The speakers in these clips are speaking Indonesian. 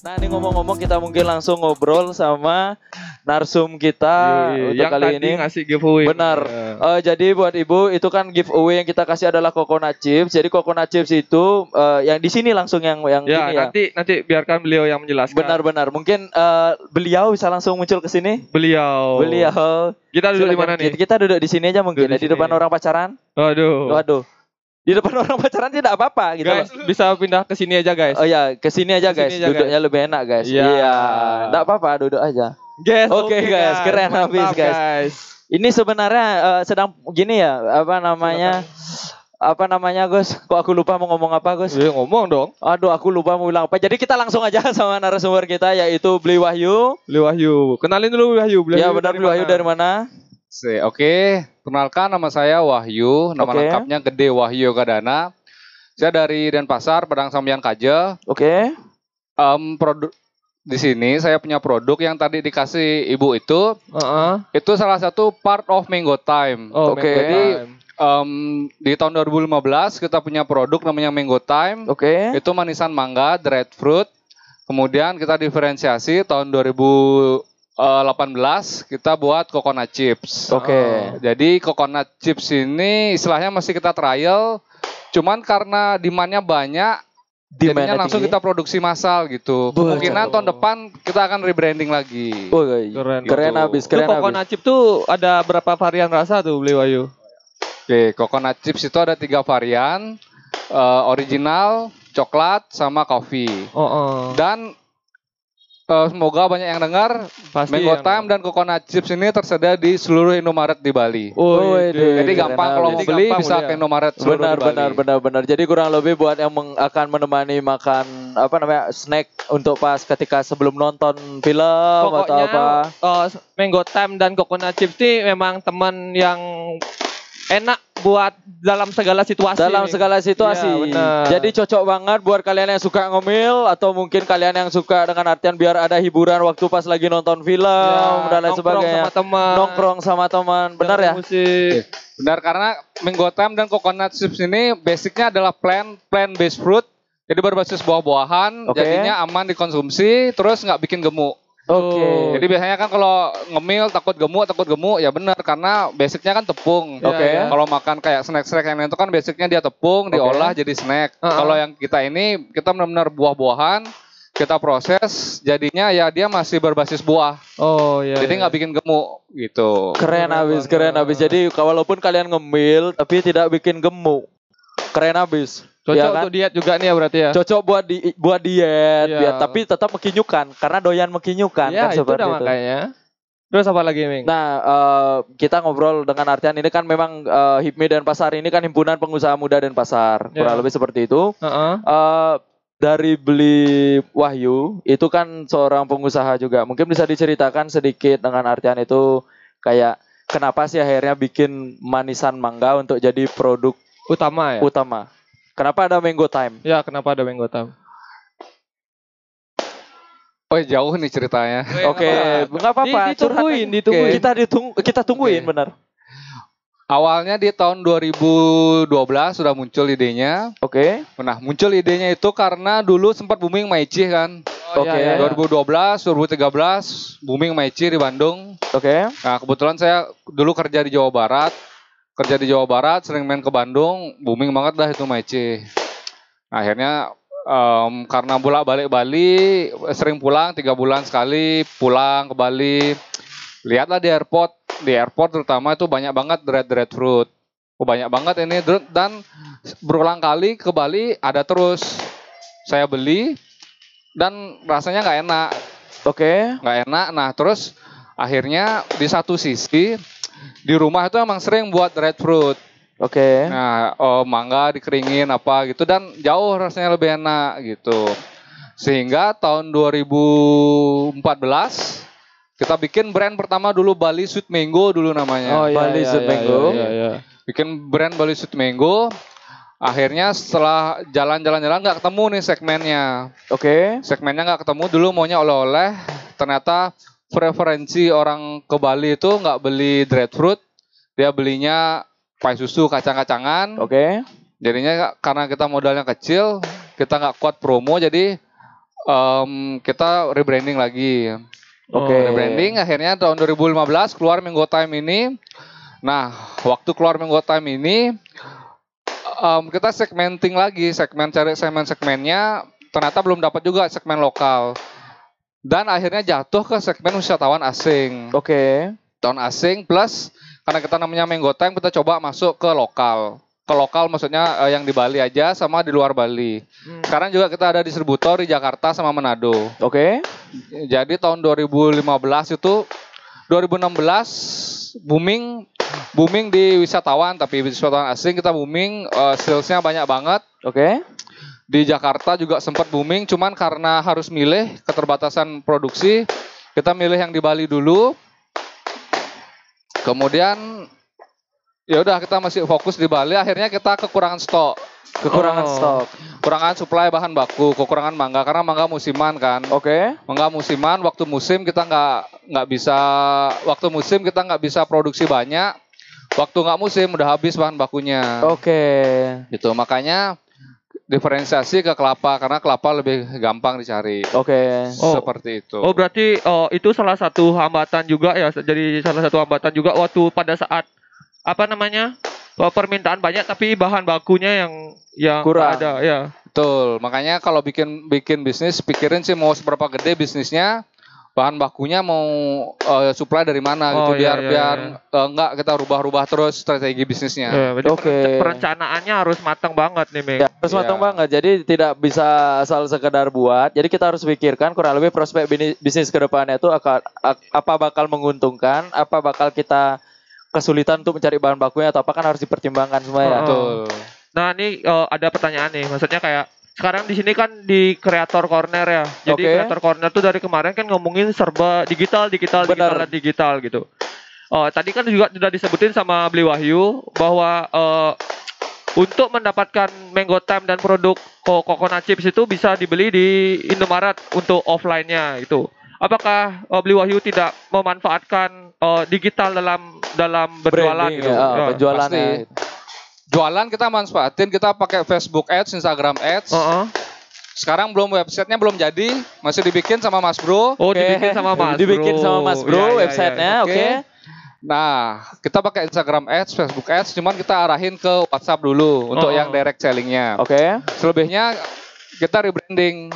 Nah, ini ngomong-ngomong kita mungkin langsung ngobrol sama narsum kita untuk yang kali tadi ini. ngasih giveaway. Benar. Ya. Jadi buat Ibu itu kan giveaway yang kita kasih adalah coconut chips. Jadi coconut chips itu yang di sini langsung yang Ya, ini ya. nanti biarkan beliau yang menjelaskan. Benar-benar. Mungkin beliau bisa langsung muncul ke sini. Beliau. Kita duduk di mana nih? Kita duduk di sini aja mungkin. Duduk Di depan orang pacaran. Waduh. Di depan orang pacaran tidak apa-apa gitu Guys, loh. bisa pindah ke sini aja, guys. Oh ya, ke sini aja guys. Kesini aja, Duduknya lebih enak guys. Iya. Enggak apa-apa, duduk aja. Guys, Oke, guys, keren mantap, habis, guys. Ini sebenarnya sedang gini ya, apa namanya Gus? Kok aku lupa mau ngomong apa Gus? Ngomong dong. Aduh, aku lupa mau bilang apa. Jadi kita langsung aja sama narasumber kita yaitu Bli Wahyu. Bli Wahyu. Kenalin dulu Bli Wahyu. Ya benar, Bli Wahyu dari mana? Oke, kenalkan nama saya Wahyu, nama lengkapnya Gede Wahyu Gadana. Saya dari Denpasar, Padang Sambian Kaja. Oke. Produk di sini saya punya produk yang tadi dikasih ibu itu. Itu salah satu part of Mango Time. Oke. Jadi di tahun 2015 kita punya produk namanya Mango Time. Oke. Itu manisan mangga, dried fruit. Kemudian kita diferensiasi tahun 2018 kita buat coconut chips. Oke. Jadi coconut chips ini istilahnya masih kita trial. Cuman karena demand-nya banyak, jadinya langsung kita produksi massal gitu. Kemungkinan tahun depan kita akan rebranding lagi. Keren habis. Coconut chips tuh ada berapa varian rasa tuh Bli Wahyu? Oke, coconut chips itu ada 3 varian. Original, coklat, sama coffee. Dan semoga banyak yang dengar. Mango Time dan coconut chips ini tersedia di seluruh Indomaret di Bali. Jadi gampang kalau mau beli bisa ke Indomaret seluruh di Bali. Benar. Jadi kurang lebih buat yang akan menemani makan snack untuk pas ketika sebelum nonton film. Pokoknya, atau apa. Mango Time dan coconut chips ini memang teman yang enak buat dalam segala situasi. Ya, jadi cocok banget buat kalian yang suka ngemil atau mungkin kalian yang suka dengan artian biar ada hiburan waktu pas lagi nonton film dan lain sebagainya. Nongkrong sama teman. Benar ya? Musik. Benar, karena Mango Time dan coconut chips ini basicnya adalah plant based fruit. Jadi berbasis buah-buahan, jadinya aman dikonsumsi, terus nggak bikin gemuk. Jadi biasanya kan kalau ngemil takut gemuk ya benar karena basicnya kan tepung. Kalau makan kayak snack yang lain itu kan basicnya dia tepung diolah jadi snack. Kalau yang kita ini kita benar-benar buah-buahan kita proses jadinya ya dia masih berbasis buah. Jadi nggak bikin gemuk gitu. Keren habis. Jadi walaupun kalian ngemil tapi tidak bikin gemuk. Keren habis. Cocok ya kan? Untuk diet juga nih ya berarti ya. Cocok buat diet, tapi tetap mekinyukan karena doyan mekinyukan kan seperti itu. Makanya. Terus apa lagi, Ming? Nah, kita ngobrol dengan artian ini kan memang HIPMI Denpasar ini kan himpunan pengusaha muda Denpasar, kurang lebih seperti itu. Dari Bli Wahyu itu kan seorang pengusaha juga. Mungkin bisa diceritakan sedikit dengan artian itu kayak kenapa sih akhirnya bikin manisan mangga untuk jadi produk utama. Kenapa ada Mango Time? Ya, kenapa ada Mango Time? Jauh nih ceritanya. Nggak apa-apa. Ditungguin. Kita tungguin benar. Awalnya di tahun 2012 sudah muncul idenya. Nah, muncul idenya itu karena dulu sempat booming Maici kan. 2012, 2013 booming Maici di Bandung. Nah, kebetulan saya dulu kerja di Jawa Barat, sering main ke Bandung, booming banget dah itu Maici. Nah, akhirnya karena bolak-balik Bali, sering pulang 3 bulan sekali, pulang ke Bali. Lihatlah di airport terutama itu banyak banget dried fruit. Banyak banget ini dan berulang kali ke Bali ada terus. Saya beli dan rasanya nggak enak. Nggak enak. Nah, terus akhirnya di satu sisi di rumah itu emang sering buat dried fruit. Nah, mangga dikeringin apa gitu dan jauh rasanya lebih enak gitu. Sehingga tahun 2014 kita bikin brand pertama dulu Bali Sweet Mango dulu namanya. Bali Sweet Mango. Bikin brand Bali Sweet Mango. Akhirnya setelah jalan-jalan nggak ketemu nih segmennya. Segmennya nggak ketemu, dulu maunya oleh-oleh. Ternyata preferensi orang ke Bali itu nggak beli dried fruit, dia belinya pai susu, kacang-kacangan. Jadinya karena kita modalnya kecil, kita nggak kuat promo, jadi kita rebranding lagi. Rebranding akhirnya tahun 2015 keluar Mango Time ini. Nah, waktu keluar Mango Time ini kita segmenting lagi, cari segmennya ternyata belum dapat juga segmen lokal. Dan akhirnya jatuh ke segmen wisatawan asing. Wisatawan asing plus karena kita namanya Mango Time, kita coba masuk ke lokal. Ke lokal maksudnya yang di Bali aja sama di luar Bali. Sekarang juga kita ada distributor di Jakarta sama Manado. Jadi tahun 2015 itu 2016 booming di wisatawan, tapi wisatawan asing kita booming, salesnya banyak banget. Di Jakarta juga sempat booming, cuman karena harus milih keterbatasan produksi, kita milih yang di Bali dulu. Kemudian ya udah kita masih fokus di Bali, akhirnya kita kekurangan stok. Kekurangan suplai bahan baku, kekurangan mangga karena mangga musiman kan. Mangga musiman, waktu musim kita nggak bisa produksi banyak. Waktu nggak musim udah habis bahan bakunya. Gitu, makanya diferensiasi ke kelapa karena kelapa lebih gampang dicari. Seperti itu. Berarti itu salah satu hambatan juga ya. Jadi salah satu hambatan juga waktu pada saat permintaan banyak tapi bahan bakunya yang kurang ada ya. Betul. Makanya kalau bikin bisnis pikirin sih mau seberapa gede bisnisnya, bahan bakunya mau supply dari mana gitu biar enggak kita rubah-rubah terus strategi bisnisnya. Perencanaannya harus matang banget nih, Meng. Harus matang banget. Jadi tidak bisa asal sekedar buat. Jadi kita harus pikirkan kurang lebih prospek bisnis ke depannya itu apa bakal menguntungkan, apa bakal kita kesulitan untuk mencari bahan bakunya atau apa, kan harus dipertimbangkan semua ya. Betul. Nah, ini ada pertanyaan nih. Maksudnya kayak sekarang di sini kan di Creator Corner ya. Jadi Creator Corner tuh dari kemarin kan ngomongin serba digital gitu. Tadi kan juga sudah disebutin sama Beli Wahyu bahwa untuk mendapatkan Mango Time dan produk Coconut Chips itu bisa dibeli di Indomaret untuk offline-nya itu. Apakah Beli Wahyu tidak memanfaatkan digital dalam berjualan gitu? Penjualannya. Jualan kita manfaatin, kita pakai Facebook Ads, Instagram Ads. Sekarang websitenya belum jadi, masih dibikin sama Mas Bro. Dibikin sama Mas Bro websitenya. Nah, kita pakai Instagram Ads, Facebook Ads, cuman kita arahin ke WhatsApp dulu untuk yang direct sellingnya. Selebihnya kita rebranding.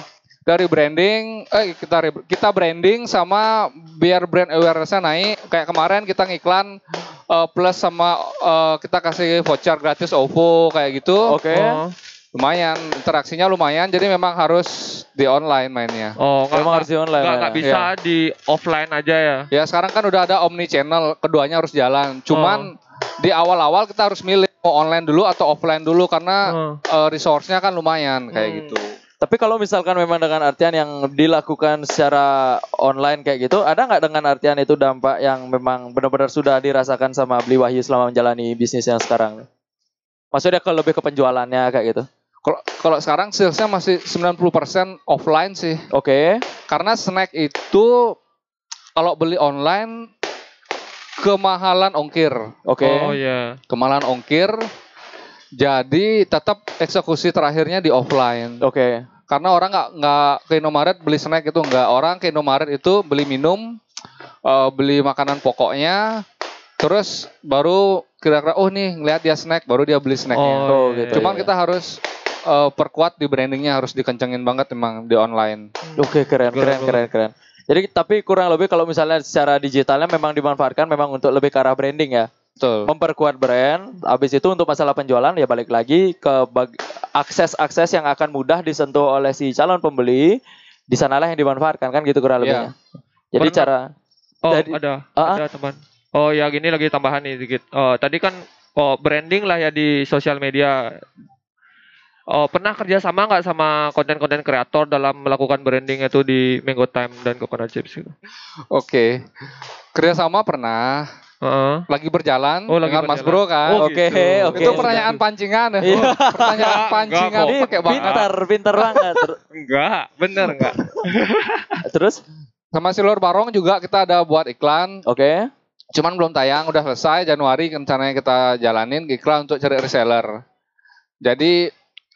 Kita branding sama biar brand awareness-nya naik. Kayak kemarin kita ngiklan plus sama kita kasih voucher gratis OVO kayak gitu. Lumayan, interaksinya lumayan. Jadi memang harus di online mainnya. Memang harus di online. Nggak bisa di offline aja ya. Ya sekarang kan udah ada omni channel, keduanya harus jalan. Cuman di awal-awal kita harus milih mau online dulu atau offline dulu karena resource-nya kan lumayan kayak gitu. Tapi kalau misalkan memang dengan artian yang dilakukan secara online kayak gitu, ada nggak dengan artian itu dampak yang memang benar-benar sudah dirasakan sama Beli Wahyu selama menjalani bisnis yang sekarang? Maksudnya lebih ke penjualannya kayak gitu? Kalau sekarang salesnya masih 90% offline sih. Karena snack itu kalau beli online kemahalan ongkir. Kemahalan ongkir. Jadi tetap eksekusi terakhirnya di offline. Karena orang nggak ke Indomaret beli snack itu nggak. Orang ke Indomaret itu beli minum, beli makanan pokoknya, terus baru kira-kira nih ngeliat dia snack, baru dia beli snacknya. Cuman kita harus perkuat di brandingnya, harus dikencengin banget emang di online. Keren. Jadi tapi kurang lebih kalau misalnya secara digitalnya memang dimanfaatkan memang untuk lebih ke arah branding ya. Betul. Memperkuat brand, habis itu untuk masalah penjualan ya balik lagi ke akses yang akan mudah disentuh oleh si calon pembeli, di sanalah yang dimanfaatkan kan gitu kurang lebihnya. Jadi cara ada teman. Ya gini lagi tambahan nih sedikit. Tadi kan branding lah ya di sosial media. Pernah kerjasama nggak sama konten-konten kreator dalam melakukan branding itu di Mango Time dan Coconut Chips gitu? Kerjasama pernah. Lagi berjalan dengan Mas Bro kan. Itu pertanyaan pancingan ya. Pertanyaan pancingan pakai banget. Pinter banget. Enggak, bener enggak. Terus sama si Lur Barong juga kita ada buat iklan. Cuman belum tayang, udah selesai Januari rencananya kita jalanin iklan untuk cari reseller. Jadi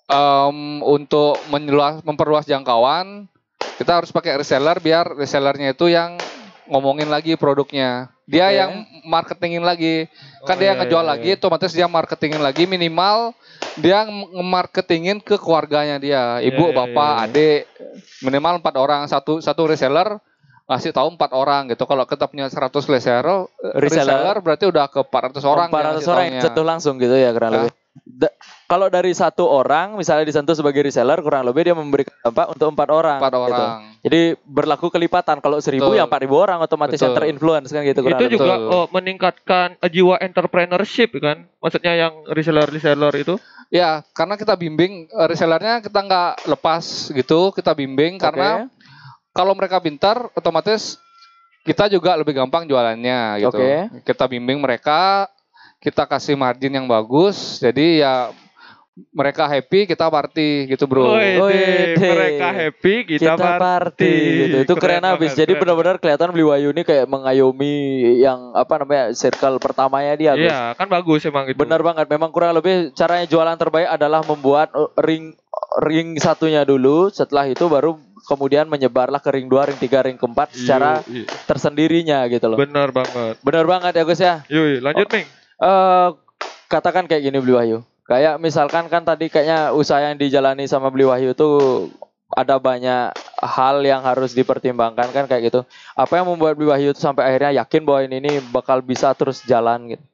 untuk memperluas jangkauan, kita harus pakai reseller biar resellernya itu yang ngomongin lagi produknya. Dia yang marketingin lagi. Kan dia ngejual lagi, otomatis dia marketingin lagi, minimal dia nge-marketingin ke keluarganya dia. Ibu, bapak, adik, minimal 4 orang. Satu reseller ngasih tahu 4 orang gitu. Kalau kita punya 100 reseller berarti udah ke 400 orang. 400 orang yang sentuh langsung gitu ya kurang lebih. Kalau dari 1 orang misalnya disentuh sebagai reseller, kurang lebih dia memberikan dampak untuk 4 orang. 4 orang. Gitu. Jadi berlaku kelipatan. Kalau 1.000 ya 4.000 orang otomatis yang terinfluence kan gitu. Itu juga meningkatkan jiwa entrepreneurship kan. Maksudnya yang reseller itu. Ya, karena kita bimbing resellernya, kita nggak lepas gitu, kita bimbing karena kalau mereka pintar, otomatis kita juga lebih gampang jualannya gitu. Kita bimbing mereka, kita kasih margin yang bagus, jadi ya mereka happy, kita party gitu bro. Mereka happy, kita party gitu. Itu keren habis. Jadi benar-benar kelihatan Beli Wahyu ini kayak mengayomi yang circle pertamanya dia. Iya, kan bagus emang gitu. Benar banget. Memang kurang lebih caranya jualan terbaik adalah membuat ring satunya dulu. Setelah itu baru kemudian menyebarlah ke ring 2, ring 3, ring 4 secara tersendirinya gitu loh. Benar banget. Benar banget ya Gus ya. Lanjut Ming. Katakan kayak gini Beli Wahyu. Kayak misalkan kan tadi kayaknya usaha yang dijalani sama Beli Wahyu itu ada banyak hal yang harus dipertimbangkan kan kayak gitu. Apa yang membuat Beli Wahyu itu sampai akhirnya yakin bahwa ini bakal bisa terus jalan gitu?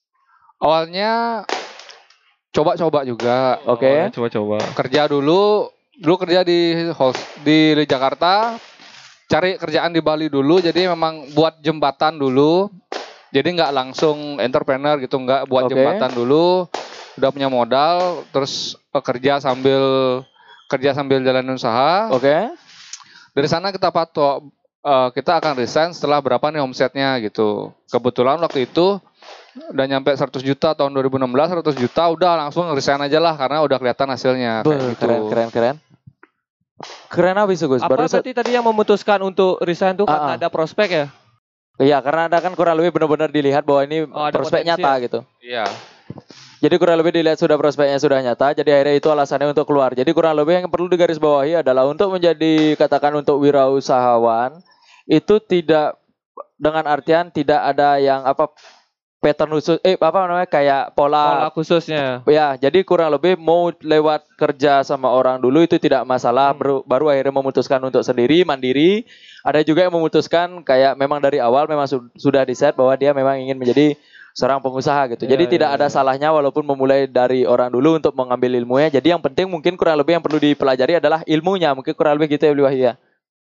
Awalnya coba-coba juga. Coba-coba. Kerja dulu kerja di Jakarta, cari kerjaan di Bali dulu. Jadi memang buat jembatan dulu. Jadi nggak langsung entrepreneur gitu, nggak buat jembatan dulu. Udah punya modal, terus kerja sambil jalanin usaha. Dari sana kita patok, kita akan resign setelah berapa nih omsetnya gitu. Kebetulan waktu itu udah nyampe 100 juta tahun 2016, 100 juta udah langsung resign aja lah karena udah kelihatan hasilnya. Gitu. Keren. Keren habis Gus. Berarti tadi yang memutuskan untuk resign tuh karena ada prospek ya? Iya, karena ada kan kurang lebih benar-benar dilihat bahwa ini prospek nyata gitu. Iya. Jadi kurang lebih dilihat sudah prospeknya sudah nyata, jadi akhirnya itu alasannya untuk keluar. Jadi kurang lebih yang perlu digarisbawahi adalah untuk menjadi katakan untuk wirausahawan itu tidak dengan artian tidak ada yang pattern khusus kayak pola khususnya. Ya, jadi kurang lebih mau lewat kerja sama orang dulu itu tidak masalah, baru akhirnya memutuskan untuk sendiri mandiri. Ada juga yang memutuskan kayak memang dari awal memang sudah di-set bahwa dia memang ingin menjadi seorang pengusaha gitu. Jadi tidak ada salahnya walaupun memulai dari orang dulu untuk mengambil ilmunya. Jadi yang penting mungkin kurang lebih yang perlu dipelajari adalah ilmunya. Mungkin kurang lebih gitu ya Beli Wahyu ya.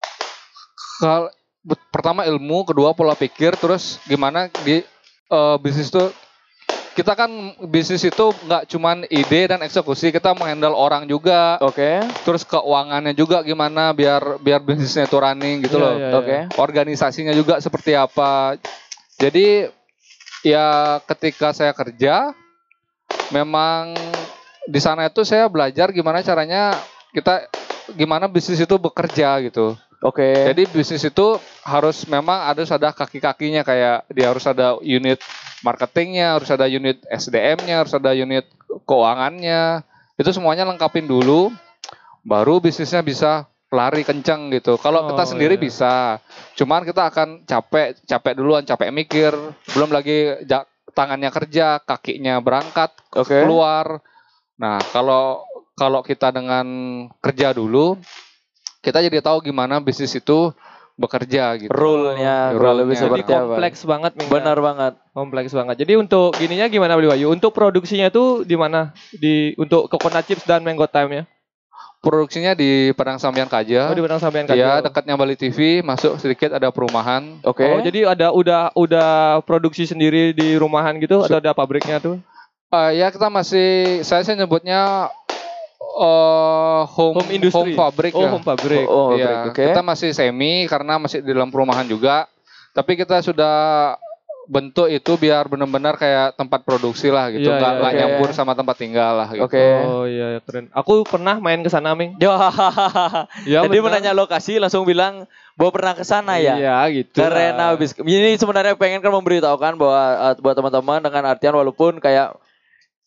Pertama ilmu, kedua pola pikir, terus gimana di bisnis itu. Kita kan bisnis itu nggak cuman ide dan eksekusi, kita menghandle orang juga. Terus keuangannya juga gimana biar bisnisnya itu running gitu loh. Organisasinya juga seperti apa. Jadi ya ketika saya kerja, memang di sana itu saya belajar gimana caranya gimana bisnis itu bekerja gitu. Jadi bisnis itu harus ada kaki-kakinya, kayak dia harus ada unit marketingnya, harus ada unit SDM-nya, harus ada unit keuangannya. Itu semuanya lengkapin dulu, baru bisnisnya bisa lari kenceng gitu. Kalau kita sendiri bisa, cuman kita akan capek duluan, capek mikir, belum lagi tangannya kerja, kakinya berangkat keluar. Nah kalau kita dengan kerja dulu, kita jadi tahu gimana bisnis itu bekerja gitu. Rule-nya lebih seperti apa? Kompleks banget, Ming. Benar banget. Kompleks banget. Jadi untuk gininya gimana Beli Wahyu? Untuk produksinya tuh di mana? Untuk Coconut Chips dan Mango Time-nya? Produksinya di Padang Sambian Kaja. Di Padang Sambian Kaja. Ya, dekatnya Bali TV, masuk sedikit ada perumahan. Jadi udah produksi sendiri di rumahan gitu atau ada pabriknya tuh? Ya saya nyebutnya home fabrik. Home fabrik. Kita masih semi karena masih di dalam perumahan juga. Tapi kita sudah bentuk itu biar benar-benar kayak tempat produksi lah gitu, nggak nyampur sama tempat tinggal lah gitu. Oh iya, keren. Aku pernah main ke sana, Ming. Jadi menanya lokasi langsung bilang bahwa pernah ke sana ya. Iya gitu. Keren habis. Ini sebenarnya pengen kan memberitahukan bahwa buat teman-teman dengan artian walaupun kayak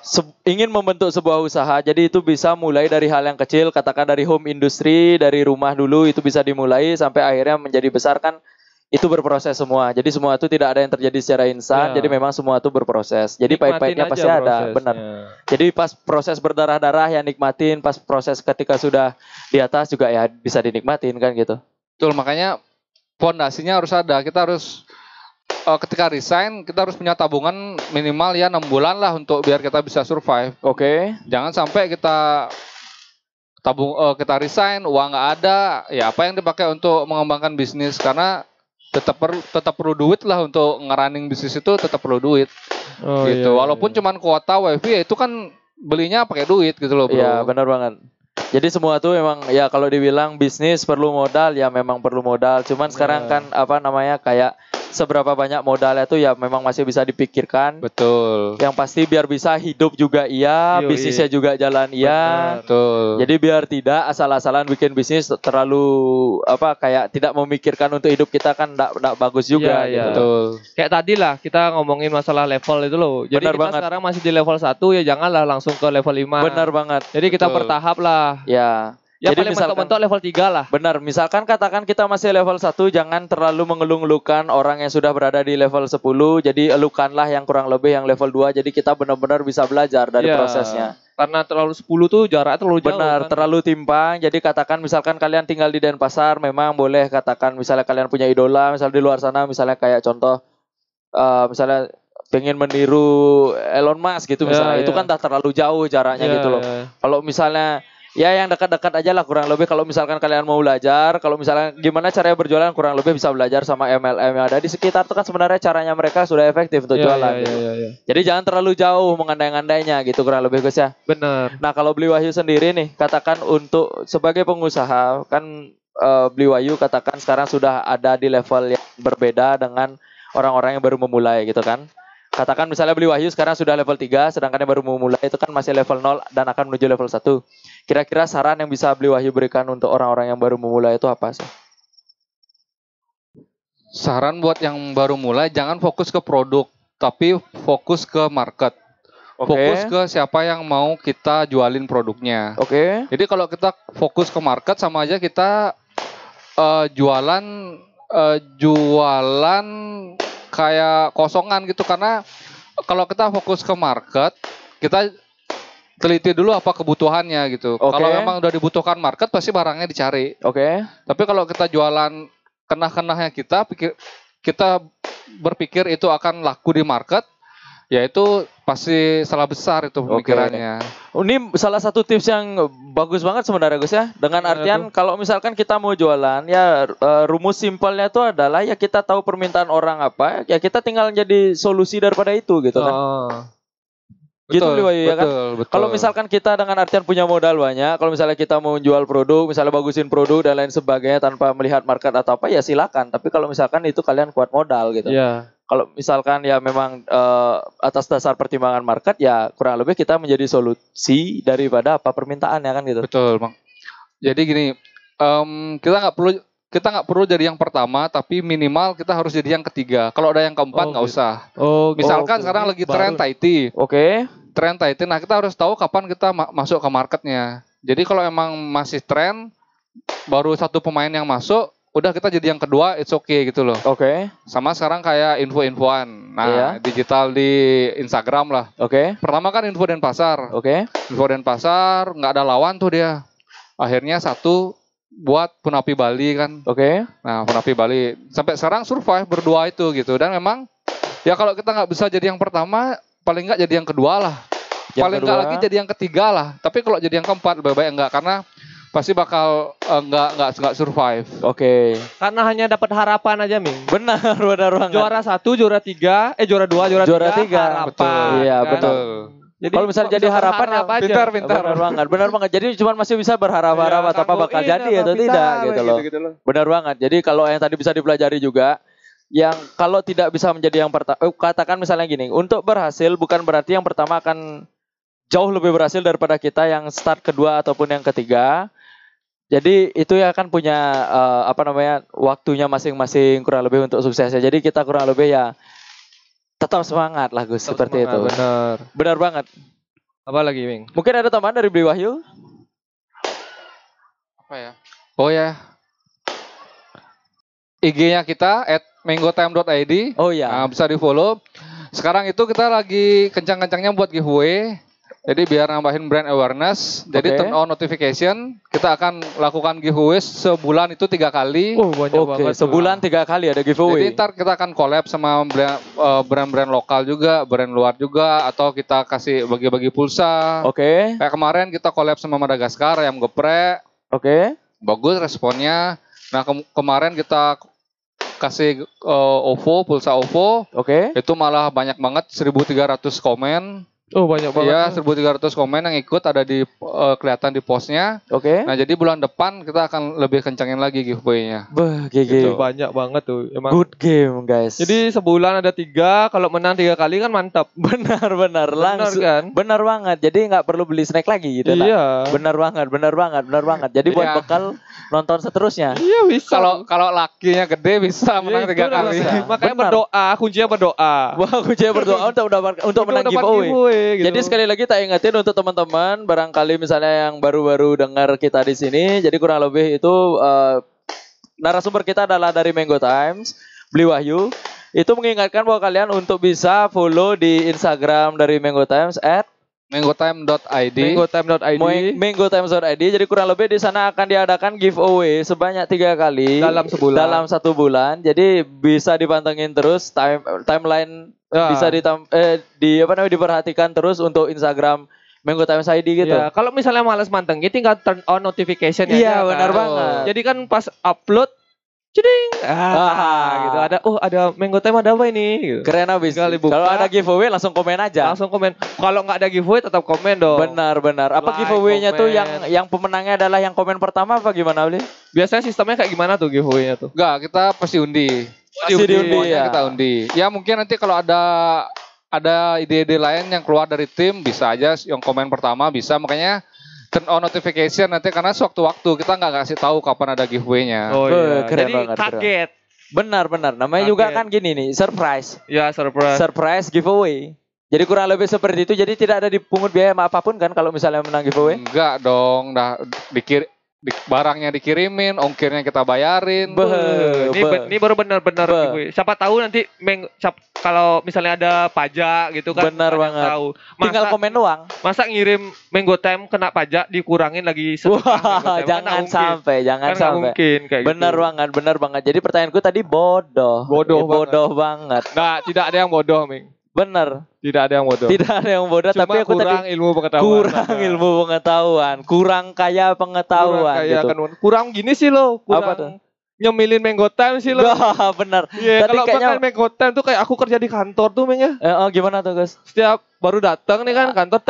ingin membentuk sebuah usaha, jadi itu bisa mulai dari hal yang kecil, katakan dari home industry, dari rumah dulu itu bisa dimulai sampai akhirnya menjadi besar kan. Itu berproses semua. Jadi semua itu tidak ada yang terjadi secara instan. Jadi memang semua itu berproses. Jadi pahit-pahitnya pasti ada, benar. Jadi pas proses berdarah-darah ya nikmatin, pas proses ketika sudah di atas juga ya bisa dinikmatin kan gitu. Betul, makanya fondasinya harus ada. Kita harus ketika resign kita harus punya tabungan minimal ya 6 bulan lah untuk biar kita bisa survive. Oke. Jangan sampai kita kita resign, uang nggak ada, ya apa yang dipakai untuk mengembangkan bisnis, karena tetap perlu duit lah untuk ngerunning bisnis itu, tetap perlu duit. Gitu. Iya, walaupun cuman kuota wifi ya itu kan belinya pakai duit gitu loh, bro. Iya, benar banget. Jadi semua tuh memang ya kalau dibilang bisnis perlu modal ya memang perlu modal. Cuman sekarang kan kayak seberapa banyak modalnya tuh ya memang masih bisa dipikirkan. Betul. Yang pasti biar bisa hidup juga bisnisnya juga jalan Betul. Jadi biar tidak asal-asalan bikin bisnis terlalu kayak tidak memikirkan untuk hidup kita kan enggak bagus juga gitu. Betul. Kayak tadi lah kita ngomongin masalah level itu loh. Jadi benar kita banget. Sekarang masih di level 1 ya janganlah langsung ke level 5. Benar banget. Jadi kita bertahap lah. Ya. Ya jadi paling mentok-mentok level 3 lah. Benar, misalkan katakan kita masih level 1, jangan terlalu mengeluh-ngeluhkan orang yang sudah berada di level 10, jadi elukanlah yang kurang lebih yang level 2, jadi kita benar-benar bisa belajar dari prosesnya. Karena terlalu 10 tuh jaraknya terlalu jauh. Benar, kan? Terlalu timpang, jadi katakan misalkan kalian tinggal di Denpasar, memang boleh katakan misalnya kalian punya idola, misalnya di luar sana, misalnya kayak contoh, misalnya pengen meniru Elon Musk gitu misalnya, itu kan dah terlalu jauh jaraknya gitu loh. Kalau misalnya ya yang dekat-dekat aja lah kurang lebih, kalau misalkan kalian mau belajar, kalau misalnya gimana caranya berjualan kurang lebih bisa belajar sama MLM yang ada di sekitar itu kan sebenarnya caranya mereka sudah efektif untuk jualan. Jadi jangan terlalu jauh mengandai-andainya gitu kurang lebih Gus ya. Benar. Nah kalau Beli Wahyu sendiri nih, katakan untuk sebagai pengusaha kan Beli Wahyu katakan sekarang sudah ada di level yang berbeda dengan orang-orang yang baru memulai gitu kan. Katakan misalnya Beli Wahyu sekarang sudah level 3, sedangkan yang baru memulai itu kan masih level 0 dan akan menuju level 1. Kira-kira saran yang bisa Beli Wahyu berikan untuk orang-orang yang baru memulai itu apa sih? Saran buat yang baru mulai, jangan fokus ke produk, tapi fokus ke market. Fokus ke siapa yang mau kita jualin produknya. Jadi kalau kita fokus ke market sama aja kita jualan kayak kosongan gitu, karena kalau kita fokus ke market, kita teliti dulu apa kebutuhannya gitu. Kalau memang udah dibutuhkan market, pasti barangnya dicari. Tapi kalau kita jualan kenah-kenahnya kita berpikir itu akan laku di market, ya itu pasti salah besar itu pemikirannya. Ini salah satu tips yang bagus banget sebenarnya Gus ya. Dengan artian kalau misalkan kita mau jualan ya rumus simpelnya itu adalah ya kita tahu permintaan orang apa, ya kita tinggal jadi solusi daripada itu gitu kan. Gitu ya kan. Kalau misalkan kita dengan artian punya modal banyak, kalau misalnya kita mau jual produk, misalnya bagusin produk dan lain sebagainya tanpa melihat market atau apa ya silakan. Tapi kalau misalkan itu kalian kuat modal gitu. Kalau misalkan ya memang atas dasar pertimbangan market ya kurang lebih kita menjadi solusi daripada apa permintaannya kan gitu. Betul, Bang. Jadi gini, kita nggak perlu jadi yang pertama, tapi minimal kita harus jadi yang ketiga. Kalau ada yang keempat nggak usah. Misalkan sekarang lagi tren Thai tea. Tren Thai tea. Nah kita harus tahu kapan kita masuk ke marketnya. Jadi kalau emang masih tren, baru satu pemain yang masuk, udah kita jadi yang kedua, it's okay gitu loh. Sama sekarang kayak info-infoan. Nah, digital di Instagram lah. Pertama kan info Denpasar. Info Denpasar nggak ada lawan tuh dia. Akhirnya satu buat Punapi Bali kan. Nah, Punapi Bali sampai sekarang survive berdua itu gitu. Dan memang ya kalau kita nggak bisa jadi yang pertama, paling nggak jadi yang kedua lah. Paling nggak lagi jadi yang ketiga lah. Tapi kalau jadi yang keempat lebih baik enggak, karena pasti bakal nggak survive. Karena hanya dapat harapan aja, Ming. Benar banget. Juara 1, juara 3, juara 2, juara 3. Betul. Iya, betul. Jadi kalau misalnya jadi harapan ya pintar. Benar banget. Jadi cuma masih bisa berharap-harap atau apa bakal jadi atau tidak gitu loh. Benar banget. Jadi kalau yang tadi bisa dipelajari juga, yang kalau tidak bisa menjadi yang pertama, katakan misalnya gini, untuk berhasil bukan berarti yang pertama akan jauh lebih berhasil daripada kita yang start kedua ataupun yang ketiga. Jadi itu ya kan punya waktunya masing-masing kurang lebih untuk suksesnya. Jadi kita kurang lebih ya tetap semangat lah Gus, seperti itu. Benar. Benar banget. Apa lagi, Ming? Mungkin ada tambahan dari Beli Wahyu? Apa ya? Oh ya. IG-nya kita @manggotime.id. Oh ya. Nah, bisa di-follow. Sekarang itu kita lagi kencang-kencangnya buat giveaway. Jadi biar nambahin brand awareness, jadi turn on notification, kita akan lakukan giveaway sebulan itu 3 kali. Oh banyak banget. Sebulan 3 kali ada giveaway. Jadi ntar kita akan collab sama brand-brand lokal juga, brand luar juga, atau kita kasih bagi-bagi pulsa. Oke. Kayak kemarin kita collab sama Madagaskar, ayam geprek. Oke. Bagus responnya. Nah kemarin kita kasih pulsa OVO. Oke. Itu malah banyak banget, 1.300 komen. Oh banyak banget. Iya, 1.300 komen yang ikut ada di kelihatan di postnya. Oke. Nah jadi bulan depan kita akan lebih kencangin lagi giveaway-nya. GG. Gitu. Banyak banget tuh. Emang. Good game guys. Jadi sebulan ada 3, kalau menang 3 kali kan mantap. Benar langsung. Kan? Benar banget. Jadi nggak perlu beli snack lagi gitu. Iya. Benar banget. Jadi buat bekal nonton seterusnya. Iya bisa. Kalau lakinya gede bisa menang 3 kali. Makanya berdoa, kuncinya berdoa. Wah, kuncinya berdoa untuk menang giveaway. Gitu. Jadi sekali lagi tak ingetin untuk teman-teman barangkali misalnya yang baru-baru dengar kita di sini, jadi kurang lebih itu narasumber kita adalah dari Mango Times, Beli Wahyu. Itu mengingatkan bahwa kalian untuk bisa follow di Instagram dari Mango Times @manggotime.id. Manggotime.id. Jadi kurang lebih di sana akan diadakan giveaway sebanyak 3 kali dalam 1 bulan. Jadi bisa dipantengin terus timeline. Bisa diperhatikan terus untuk Instagram Mango Times ID gitu. Ya, kalau misalnya malas mantengin tinggal turn on notification ya. Iya, benar banget. Jadi kan pas upload ceding. Gitu. Ada Mango Time ada apa ini? Gitu. Keren abis. Kalau ada giveaway langsung komen aja. Langsung komen. Kalau nggak ada giveaway tetap komen dong. Benar. Apa giveaway-nya tuh yang pemenangnya adalah yang komen pertama apa gimana, Bli? Biasanya sistemnya kayak gimana tuh giveaway-nya tuh? Enggak, kita pasti undi. Diundi ya. Kita undi. Ya mungkin nanti kalau ada ide-ide lain yang keluar dari tim bisa aja yang komen pertama bisa, makanya turn on notification nanti karena sewaktu-waktu kita nggak kasih tahu kapan ada giveaway-nya. Oh iya. Keren jadi banget. Kaget. Benar. Namanya kaget. Juga kan gini nih, surprise. Ya, surprise giveaway. Jadi kurang lebih seperti itu. Jadi tidak ada dipungut biaya apapun kan kalau misalnya menang giveaway? Enggak dong, barangnya dikirimin, ongkirnya kita bayarin. Ini baru benar-benar giveaway. Siapa tahu nanti kalau misalnya ada pajak gitu kan. Benar banget. Tahu. Tinggal komen doang. Masa ngirim Mango Time kena pajak dikurangin lagi setengah. Jangan sampai. Mungkin kayak benar gitu. Benar banget. Jadi pertanyaanku tadi bodoh banget. Nah, tidak ada yang bodoh, Ming. Benar. Tidak ada yang bodoh. Cuma tapi aku kurang ilmu pengetahuan. Kurang kaya pengetahuan. Kurang gini sih lo. Kurang nyemilin Mango Time sih lo. Benar. Iya, kalau kayaknya Mango Time tuh kayak aku kerja di kantor tuh, Ming ya. Gimana tuh, Guys? Setiap baru datang nih kan kantor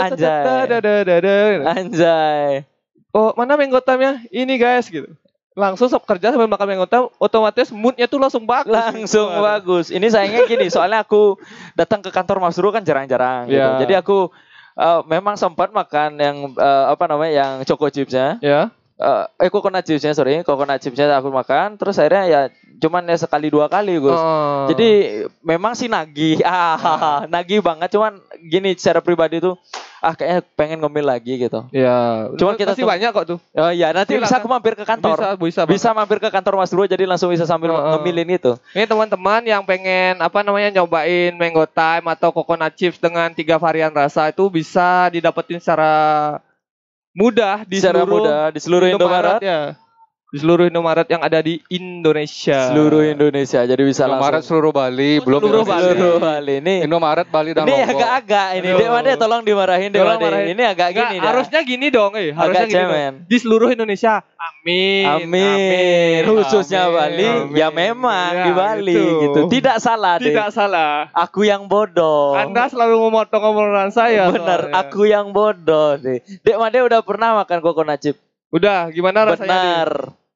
Anjay. Oh, mana Mango Time-nya? Ini, guys, gitu. Langsung kerja sambil makan Mango Time, otomatis moodnya tuh langsung bagus. Ini sayangnya gini, soalnya aku datang ke kantor Mas Bro kan jarang-jarang gitu. Jadi aku memang sempat makan yang yang choco chipsnya. Ya. Coconut chipsnya aku makan. Terus akhirnya ya cuman ya sekali 2 kali, Gus. Jadi memang sih nagih. Nagih banget. Cuman gini secara pribadi tuh kayaknya pengen ngemil lagi gitu. Ya. Cuman kita masih banyak kok tuh. Oh iya, nanti bisa aku mampir ke kantor. Bisa mampir ke kantor Mas Bro, jadi langsung bisa sambil ngemilin itu. Ini teman-teman yang pengen nyobain Mango Time atau coconut chips dengan 3 varian rasa itu bisa didapetin secara mudah di seluruh Indomaret ya. Di seluruh Indomaret yang ada di Indonesia. Jadi bisa Indomaret langsung. seluruh Bali, belum seluruh Bali. Ini Indomaret Bali dan Lombok. Ini agak-agak ini. Dek tolong dimarahin Dek. Ini agak gini dah. Harusnya gini dong, harusnya gini dong. Di seluruh Indonesia. Amin. Khususnya Bali, ya memang di Bali gitu. Tidak salah deh. Tidak salah. Aku yang bodoh. Anda selalu memotong omongan saya. Benar, aku yang bodoh deh. Dek Made udah pernah makan coconut chip? Udah, gimana rasanya? Benar.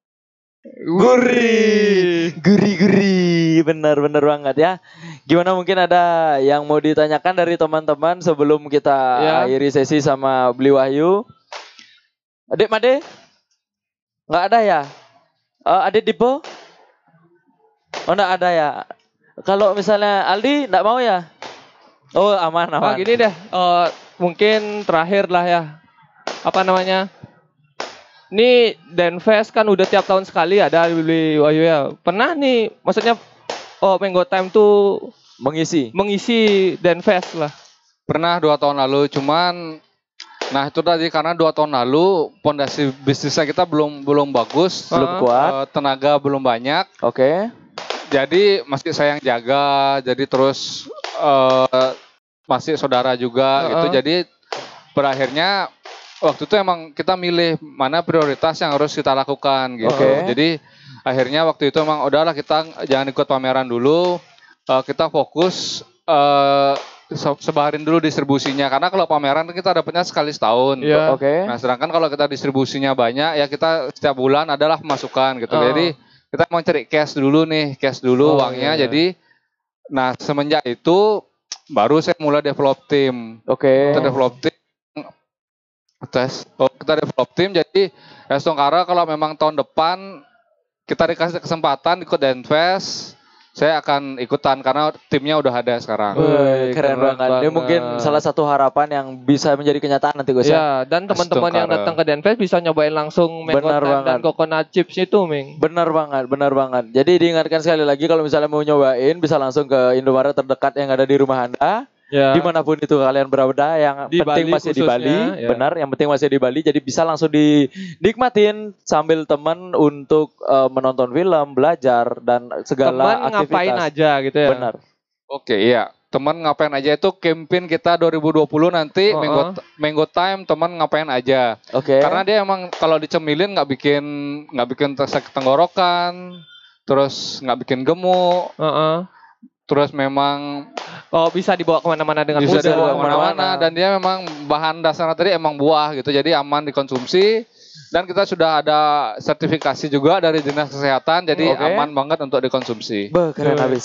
Gurih. Benar banget ya. Gimana, mungkin ada yang mau ditanyakan dari teman-teman sebelum kita akhiri sesi sama Beli Wahyu? Dek Made? Nggak ada ya? Adik Dipo? Oh, nggak ada ya. Kalau misalnya Aldi nggak mau ya? Oh, aman. Gini deh, mungkin terakhir lah ya. Apa namanya? Ini Denfest kan udah tiap tahun sekali ada di Wahyu ya. Pernah nih, maksudnya Mango Time tuh mengisi Denfest lah. Pernah 2 tahun lalu, cuman nah itu tadi karena 2 tahun lalu pondasi bisnisnya kita belum bagus, belum kuat, tenaga belum banyak. Oke. Jadi masih saya yang jaga, jadi terus masih saudara juga gitu. Jadi berakhirnya waktu itu emang kita milih mana prioritas yang harus kita lakukan gitu. Jadi akhirnya waktu itu emang udahlah kita jangan ikut pameran dulu, kita fokus sebarin dulu distribusinya, karena kalau pameran kita dapatnya sekali setahun. Nah sedangkan kalau kita distribusinya banyak ya kita setiap bulan adalah pemasukan gitu. Jadi kita mau cari cash dulu uangnya. Jadi nah semenjak itu baru saya mulai develop tim. Kita develop tim. Kita develop tim, jadi Estongkara kalau memang tahun depan kita dikasih kesempatan ikut Denfest, saya akan ikutan karena timnya udah ada sekarang. Keren banget. Ini mungkin salah satu harapan yang bisa menjadi kenyataan nanti Gus ya. Dan teman-teman yang datang ke Denfest bisa nyobain langsung Mango Time dan Coconut Chips itu, Ming. Benar banget. Jadi diingatkan sekali lagi kalau misalnya mau nyobain bisa langsung ke Indomaret terdekat yang ada di rumah Anda. Dimanapun itu kalian berada, yang penting masih di Bali, benar, yang penting masih di Bali, jadi bisa langsung dinikmatin sambil teman untuk menonton film, belajar dan segala teman aktivitas. Ngapain aja gitu ya. Benar. Oke, iya. Teman ngapain aja itu campaign kita 2020 nanti Mango Time teman ngapain aja. Karena dia emang kalau dicemilin nggak bikin sakit tenggorokan, terus nggak bikin gemuk. Terus memang bisa dibawa kemana-mana dengan mudah. Bisa dibawa kemana-mana dan dia memang bahan dasarnya tadi emang buah gitu, jadi aman dikonsumsi. Dan kita sudah ada sertifikasi juga dari Dinas Kesehatan, jadi aman banget untuk dikonsumsi. Keren habis.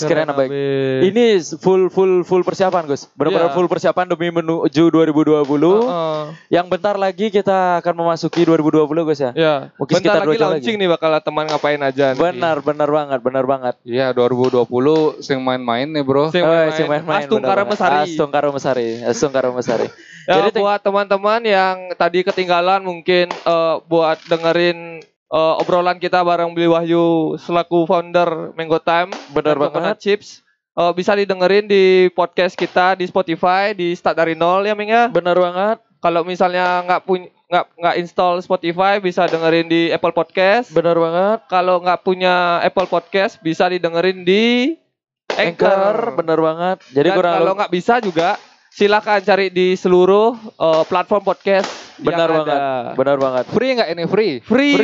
Ini full persiapan, Gus. Benar-benar full persiapan demi menuju 2020. Yang bentar lagi kita akan memasuki 2020, Gus ya. Mungkin bentar lagi launching nih bakal teman ngapain aja. Benar banget. Iya, 2020 sing main-main nih, Bro. Sing main-main. Astungkara Mesari. Jadi buat teman-teman yang tadi ketinggalan mungkin buat dengerin obrolan kita bareng Billy Wahyu selaku founder Mango Time, benar banget. Chips, bisa didengerin di podcast kita di Spotify di Start dari Nol ya, Ming ya. Benar banget. Kalau misalnya nggak install Spotify bisa dengerin di Apple Podcast. Benar banget. Kalau nggak punya Apple Podcast bisa didengerin di Anchor. Benar banget. Jadi kalau nggak bisa juga silakan cari di seluruh platform podcast. Benar banget. Free nggak ini? Free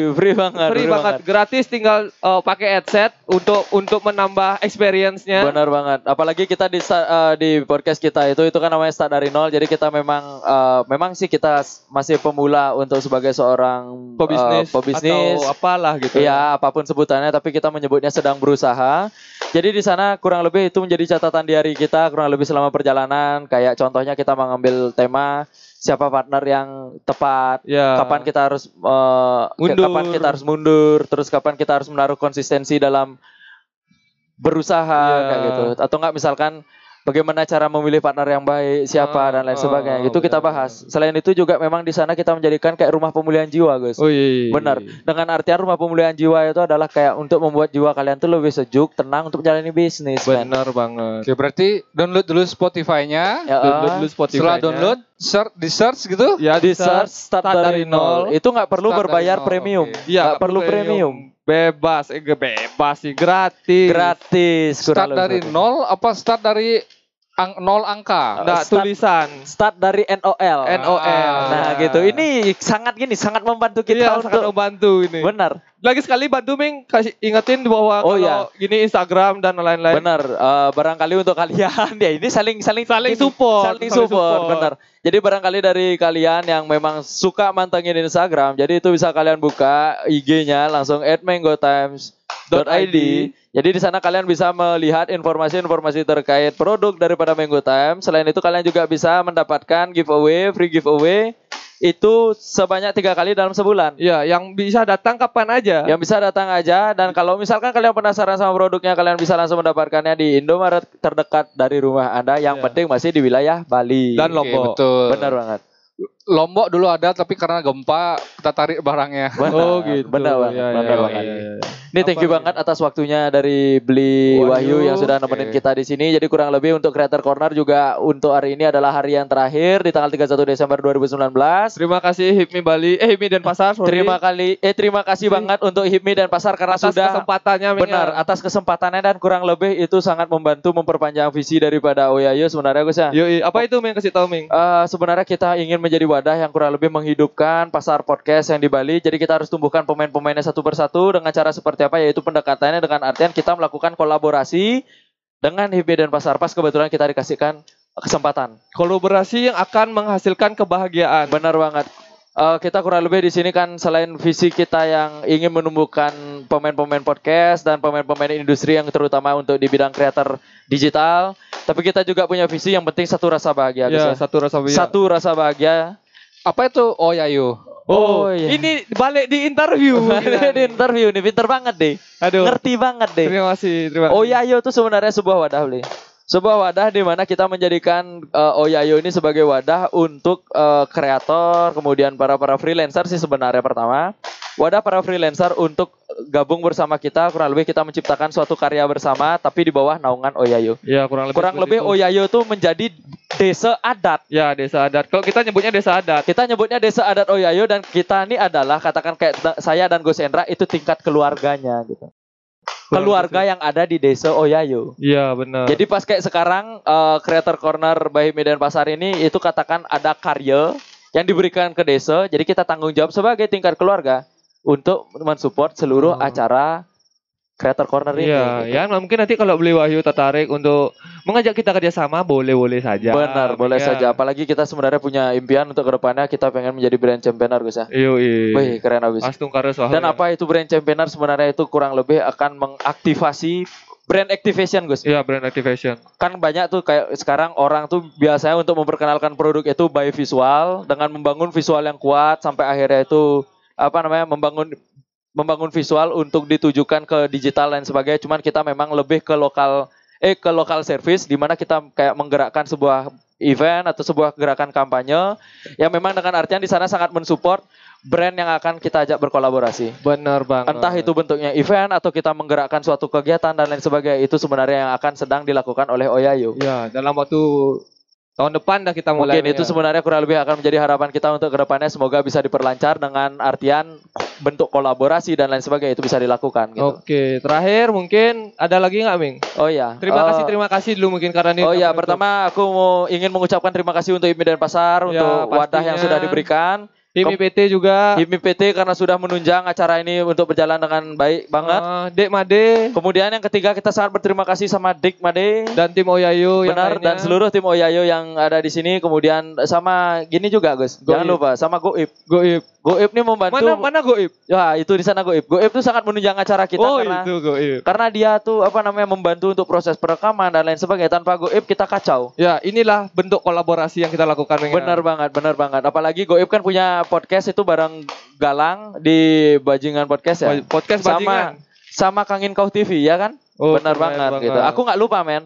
banget. Gratis, tinggal pakai headset untuk menambah experience-nya. Benar banget. Apalagi kita di podcast kita itu kan namanya Start dari Nol. Jadi kita memang sih kita masih pemula untuk sebagai seorang pebisnis atau apalah gitu. Iya, apapun sebutannya, tapi kita menyebutnya sedang berusaha. Jadi di sana kurang lebih itu menjadi catatan di hari kita kurang lebih selama perjalanan. Kayak contohnya kita mengambil tema siapa partner yang tepat, kapan kita harus mundur, terus kapan kita harus menaruh konsistensi dalam berusaha kayak gitu. Atau enggak misalkan bagaimana cara memilih partner yang baik, siapa dan lain sebagainya. Itu kita bahas. Selain itu juga memang di sana kita menjadikan kayak rumah pemulihan jiwa, Gus. Benar. Dengan artian rumah pemulihan jiwa itu adalah kayak untuk membuat jiwa kalian tuh lebih sejuk, tenang untuk menjalani bisnis. Benar banget. Oke, berarti download dulu Spotify-nya. Setelah download, di search gitu? Ya, di search Start dari Nol. Itu nggak perlu berbayar premium. Nggak perlu premium. Bebas sih, gratis. Start dari nol apa start dari nol angka? Tulisan. Start dari NOL. Nah gitu. Ini sangat membantu kita sangat membantu ini. Benar. Lagi sekali bantu Ming kasih ingetin bahwa gini Instagram dan lain-lain. Benar. Barangkali untuk kalian ya ini saling support. Benar. Jadi barangkali dari kalian yang memang suka mantengin Instagram, jadi itu bisa kalian buka IG-nya langsung @mangotimes.id. Jadi di sana kalian bisa melihat informasi-informasi terkait produk daripada Mango Time. Selain itu kalian juga bisa mendapatkan free giveaway itu sebanyak 3 kali dalam sebulan. Ya, yang bisa datang kapan aja. Yang bisa datang aja, dan kalau misalkan kalian penasaran sama produknya, kalian bisa langsung mendapatkannya di Indomaret terdekat dari rumah Anda. Yang penting masih di wilayah Bali dan Lombok. Betul. Benar banget. Lombok dulu ada, tapi karena gempa kita tarik barangnya. Oh gitu. Benar banget. Ya, benar banget. Ini thank you banget atas waktunya dari Beli Wahyu yang sudah nemenin kita di sini. Jadi kurang lebih untuk Creator Corner juga untuk hari ini adalah hari yang terakhir di tanggal 31 Desember 2019. Terima kasih Hipmi Bali, Hipmi Denpasar. Terima kasih banget untuk Hipmi Denpasar karena atas sudah kesempatannya. Benar, atas kesempatannya, dan kurang lebih itu sangat membantu memperpanjang visi daripada Oyayo sebenarnya Gus ya. Yoi, apa itu Ming, kasih tahu Ming? Sebenarnya kita ingin menjadi wadah yang kurang lebih menghidupkan pasar podcast yang di Bali. Jadi kita harus tumbuhkan pemain-pemainnya satu persatu dengan cara seperti apa, yaitu pendekatannya dengan artian kita melakukan kolaborasi dengan Hipmi Denpasar. Pas kebetulan kita dikasihkan kesempatan. Kolaborasi yang akan menghasilkan kebahagiaan. Benar banget. Kita kurang lebih di sini kan selain visi kita yang ingin menumbuhkan pemain-pemain podcast dan pemain-pemain industri yang terutama untuk di bidang kreator digital, tapi kita juga punya visi yang penting satu rasa bahagia. Ya, satu rasa bahagia. Satu rasa bahagia. Apa itu Oyayo? Iya. Ini balik di interview. Di interview nih, pinter banget deh. Aduh. Ngerti banget deh. Terima kasih. Oyayo itu sebenarnya sebuah wadah, Bli. Sebuah wadah di mana kita menjadikan Oyayo ini sebagai wadah untuk kreator, kemudian para freelancer sih sebenarnya pertama. Wadah para freelancer untuk gabung bersama kita, kurang lebih kita menciptakan suatu karya bersama tapi di bawah naungan Oyayo. Ya, kurang lebih Oyayo itu menjadi desa adat. Ya, desa adat. Kalau kita nyebutnya desa adat. Kita nyebutnya desa adat Oyayo, dan kita ini adalah katakan kayak saya dan Gus Endra itu tingkat keluarganya gitu. Keluarga yang ada di desa Oyayo. Iya, benar. Jadi pas kayak sekarang Creator Corner by Hipmi Denpasar ini itu katakan ada karya yang diberikan ke desa, jadi kita tanggung jawab sebagai tingkat keluarga untuk mensupport seluruh acara Creator Corner ini. Iya, gitu. Ya mungkin nanti kalau Beli Wahyu tertarik untuk mengajak kita kerjasama, boleh saja. Benar, boleh saja. Apalagi kita sebenarnya punya impian untuk kedepannya kita pengen menjadi brand championer, Gus ya. Iya. Wih, keren abis. Dan apa itu brand championer sebenarnya itu kurang lebih akan mengaktifasi brand activation, Gus. Iya, brand activation. Kan banyak tuh kayak sekarang orang tuh biasanya untuk memperkenalkan produk itu by visual, dengan membangun visual yang kuat sampai akhirnya itu membangun visual untuk ditujukan ke digital dan sebagainya. Cuman kita memang lebih ke lokal service, di mana kita kayak menggerakkan sebuah event atau sebuah gerakan kampanye yang memang dengan artian di sana sangat mensupport brand yang akan kita ajak berkolaborasi. Benar banget. Entah itu bentuknya event atau kita menggerakkan suatu kegiatan dan lain sebagainya, itu sebenarnya yang akan sedang dilakukan oleh Oyayo. Ya, dalam waktu tahun depan dah kita mulai. Mungkin itu sebenarnya kurang lebih akan menjadi harapan kita untuk kedepannya, semoga bisa diperlancar dengan artian bentuk kolaborasi dan lain sebagainya itu bisa dilakukan. Gitu. Oke, terakhir mungkin ada lagi nggak, Ming? Oh iya. Terima kasih dulu mungkin karena ini. Oh iya, pertama aku ingin mengucapkan terima kasih untuk Hipmi Denpasar untuk wadah yang sudah diberikan. Hipmi PT juga. Hipmi PT karena sudah menunjang acara ini untuk berjalan dengan baik banget. Dek Made. Kemudian yang ketiga kita sangat berterima kasih sama Dik Made dan tim Oyayo. Benar, dan seluruh tim Oyayo yang ada di sini. Kemudian sama gini juga, Gus. Jangan lupa sama Goib ini membantu. Mana Goib? Ya, itu di sana Goib. Goib itu sangat menunjang acara kita itu Goib. Karena dia tuh membantu untuk proses perekaman dan lain sebagainya. Tanpa Goib kita kacau. Ya, inilah bentuk kolaborasi yang kita lakukan. Benar banget. Apalagi Goib kan punya podcast itu bareng Galang di Bajingan Podcast ya. Podcast Bajingan. Sama Kangin Kau TV ya kan? Benar banget gitu. Aku nggak lupa, men.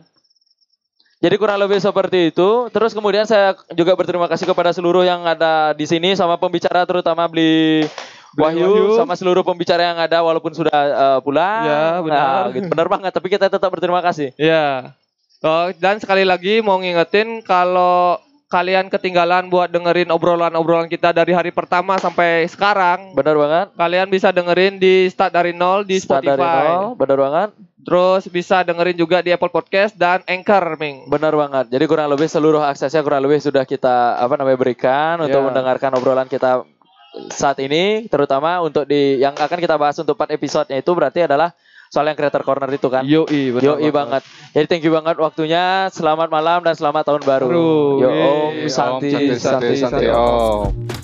Jadi kurang lebih seperti itu. Terus kemudian saya juga berterima kasih kepada seluruh yang ada di sini, sama pembicara terutama Beli Wahyu, sama seluruh pembicara yang ada walaupun sudah pulang. Ya, benar. Gitu. Benar banget, tapi kita tetap berterima kasih. Ya. Dan sekali lagi mau ngingetin kalau kalian ketinggalan buat dengerin obrolan-obrolan kita dari hari pertama sampai sekarang. Benar banget. Kalian bisa dengerin di Start Dari Nol di Spotify. Benar banget. Terus bisa dengerin juga di Apple Podcast dan Anchor, Ming. Benar banget. Jadi kurang lebih seluruh aksesnya kurang lebih sudah kita berikan untuk mendengarkan obrolan kita saat ini, terutama untuk yang akan kita bahas untuk 4 episode-nya itu berarti adalah soal yang Creator Corner itu kan. Yoi banget. Jadi thank you banget waktunya. Selamat malam dan selamat tahun baru. Om Santi Om.